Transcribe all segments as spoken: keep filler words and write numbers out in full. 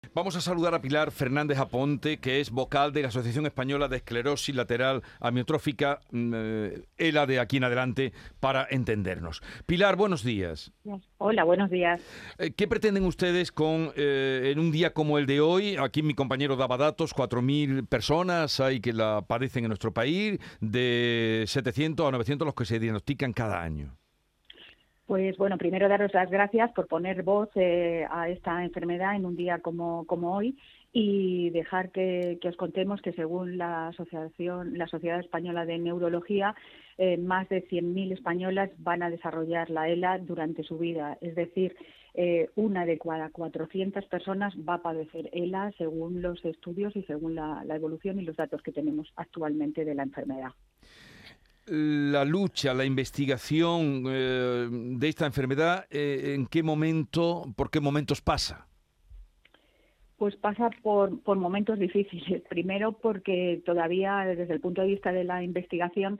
Vamos a saludar a Pilar Fernández Aponte, que es vocal de la Asociación Española de Esclerosis Lateral Amiotrófica, mm, eh, ELA de aquí en adelante, para entendernos. Pilar, buenos días. Hola, buenos días. Eh, ¿Qué pretenden ustedes con, eh, en un día como el de hoy? Aquí mi compañero daba datos, cuatro mil personas hay que la padecen en nuestro país, de setecientos a novecientos los que se diagnostican cada año. Pues bueno, primero daros las gracias por poner voz eh, a esta enfermedad en un día como, como hoy y dejar que, que os contemos que según la asociación, la Sociedad Española de Neurología, eh, más de cien mil españolas van a desarrollar la ELA durante su vida. Es decir, eh, una de cada cuatrocientas personas va a padecer ELA según los estudios y según la, la evolución y los datos que tenemos actualmente de la enfermedad. La lucha, la investigación eh, de esta enfermedad, eh, ¿en qué momento, por qué momentos pasa? Pues pasa por, por momentos difíciles. Primero porque todavía desde el punto de vista de la investigación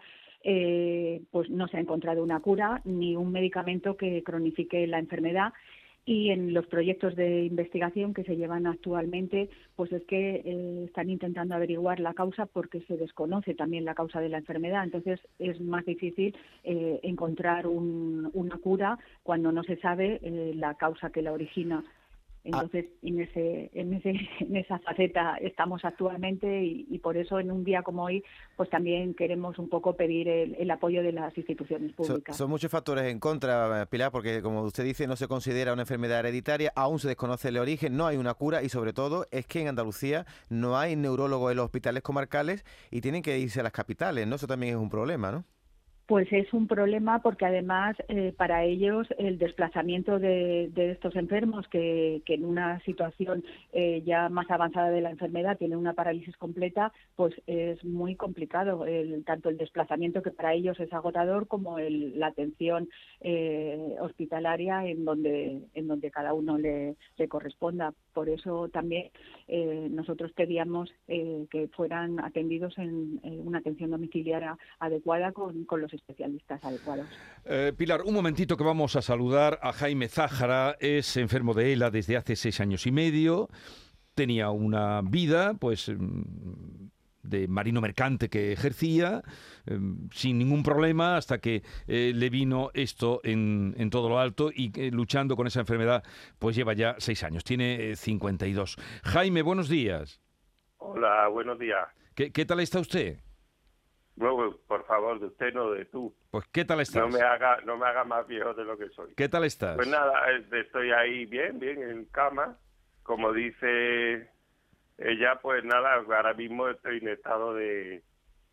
eh, pues no se ha encontrado una cura ni un medicamento que cronifique la enfermedad. Y en los proyectos de investigación que se llevan actualmente, pues es que eh, están intentando averiguar la causa porque se desconoce también la causa de la enfermedad. Entonces es más difícil eh, encontrar un, una cura cuando no se sabe eh, la causa que la origina. Entonces, en ese, en ese, en esa faceta estamos actualmente y, y por eso en un día como hoy, pues también queremos un poco pedir el, el apoyo de las instituciones So- públicas. son muchos factores en contra, Pilar, porque como usted dice, no se considera una enfermedad hereditaria, aún se desconoce el origen, no hay una cura y sobre todo es que en Andalucía no hay neurólogos en los hospitales comarcales y tienen que irse a las capitales, ¿no? Eso también es un problema, ¿no? Pues es un problema porque además eh, para ellos el desplazamiento de, de estos enfermos que, que en una situación eh, ya más avanzada de la enfermedad tienen una parálisis completa, pues es muy complicado, el, tanto el desplazamiento que para ellos es agotador como el, la atención eh, hospitalaria en donde, en donde cada uno le, le corresponda. Por eso también eh, nosotros pedíamos eh, que fueran atendidos en, en una atención domiciliaria adecuada con, con los especialistas adecuados. Eh, Pilar, un momentito que vamos a saludar a Jaime Zájara, es enfermo de ELA desde hace seis años y medio, tenía una vida, pues mm, de marino mercante que ejercía eh, sin ningún problema hasta que eh, le vino esto en, en todo lo alto y eh, luchando con esa enfermedad pues lleva ya seis años, tiene eh, cincuenta y dos. Jaime, buenos días. Hola, buenos días. ¿Qué, qué tal está usted? Luego, por favor, de usted no de tú. Pues ¿qué tal No me estás? haga, no me haga más viejo de lo que soy. ¿Qué tal Pues estás? nada, eh, estoy ahí bien, bien en cama. Como dice ella, pues nada, ahora mismo estoy en estado de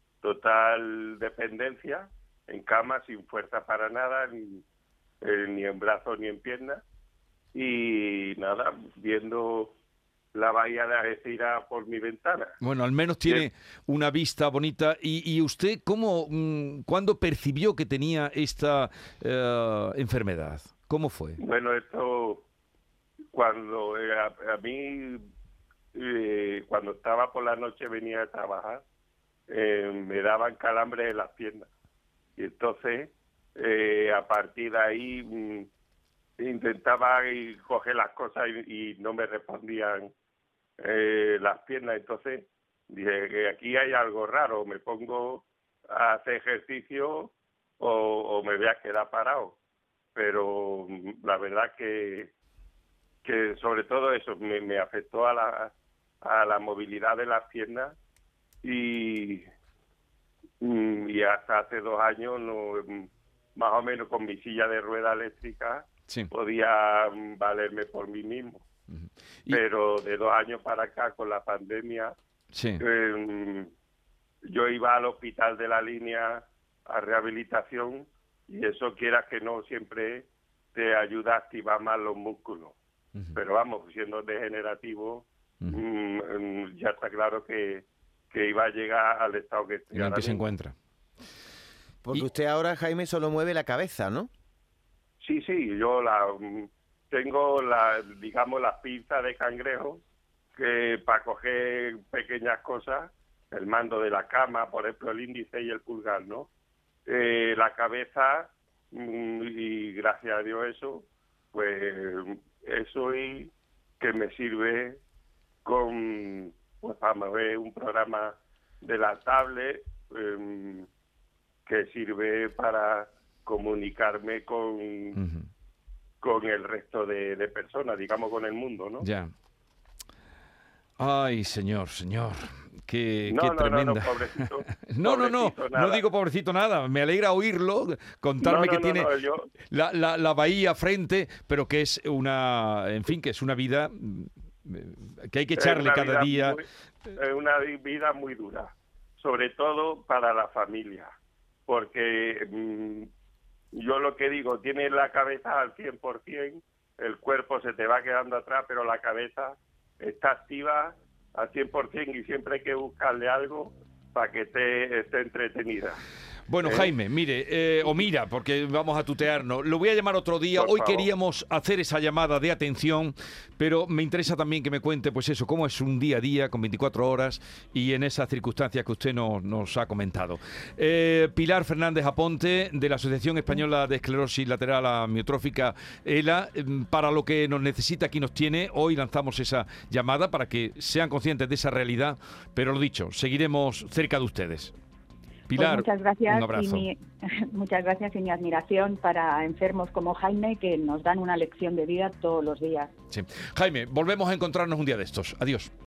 total dependencia, en cama, sin fuerza para nada, ni, eh, ni en brazos ni en piernas. Y nada, viendo la bahía de Algeciras por mi ventana. Bueno, al menos Y es- tiene una vista bonita. ¿Y, y usted cómo, mm, cuándo percibió que tenía esta eh, enfermedad? ¿Cómo fue? bueno, esto cuando eh, a, a mí eh, cuando estaba por la noche venía a trabajar, eh, me daban calambres en las piernas y entonces eh, a partir de ahí mm, intentaba y coger las cosas y, y no me respondían eh, las piernas. Entonces dije que aquí hay algo raro, me pongo a hacer ejercicio o, o me voy a quedar parado, pero mm, la verdad que que sobre todo eso me, me afectó a la a la movilidad de las piernas y mm, y hasta hace dos años no mm, más o menos con mi silla de rueda eléctrica Sí. podía mm, valerme por mí mismo, Ujú. Y, pero de dos años para acá con la pandemia sí. eh, yo iba al hospital de la línea a rehabilitación y eso quieras que no siempre te ayuda a activar más los músculos. Ujú, Pero vamos, siendo degenerativo, ujú. mm, mm, ya está claro que, que iba a llegar al estado que estoy En el ahora que se mismo. encuentra. Porque Y, usted ahora, Jaime, solo mueve la cabeza, ¿no? Sí, sí, yo la mm, tengo la, digamos, las pinzas de cangrejo que para coger pequeñas cosas, el mando de la cama, por ejemplo, el índice y el pulgar, ¿no? Eh, la cabeza, mm, y gracias a Dios eso, pues eso y que me sirve con, pues vamos a ver, un programa de la tablet eh, que sirve para comunicarme con, uh-huh. con el resto de, de personas, digamos, con el mundo, ¿no? Ya. Ay, señor, señor. Qué, no, qué no, tremenda. No, no, pobrecito. no, no, no, pobrecito no digo pobrecito nada. Me alegra oírlo, contarme no, no, que no, tiene no, yo... la, la, la bahía frente, pero que es una, en fin, que es una vida que hay que echarle cada día. Muy, es una vida muy dura, sobre todo para la familia, porque mmm, yo lo que digo, tienes la cabeza al cien por ciento, el cuerpo se te va quedando atrás, pero la cabeza está activa al cien por ciento y siempre hay que buscarle algo para que esté, esté entretenida. Bueno, ¿Eh? Jaime, mire, eh, o mira, porque vamos a tutearnos. Lo voy a llamar otro día. Por Hoy favor. queríamos hacer esa llamada de atención, pero me interesa también que me cuente, pues eso, cómo es un día a día con veinticuatro horas y en esas circunstancias que usted nos, nos ha comentado. Eh, Pilar Fernández Aponte, de la Asociación Española de Esclerosis Lateral Amiotrófica, ELA, para lo que nos necesita, aquí nos tiene. Hoy lanzamos esa llamada para que sean conscientes de esa realidad, pero lo dicho, seguiremos cerca de ustedes. Pilar, pues muchas gracias un abrazo. Y mi, muchas gracias y mi admiración para enfermos como Jaime, que nos dan una lección de vida todos los días. Sí. Jaime, volvemos a encontrarnos un día de estos. Adiós.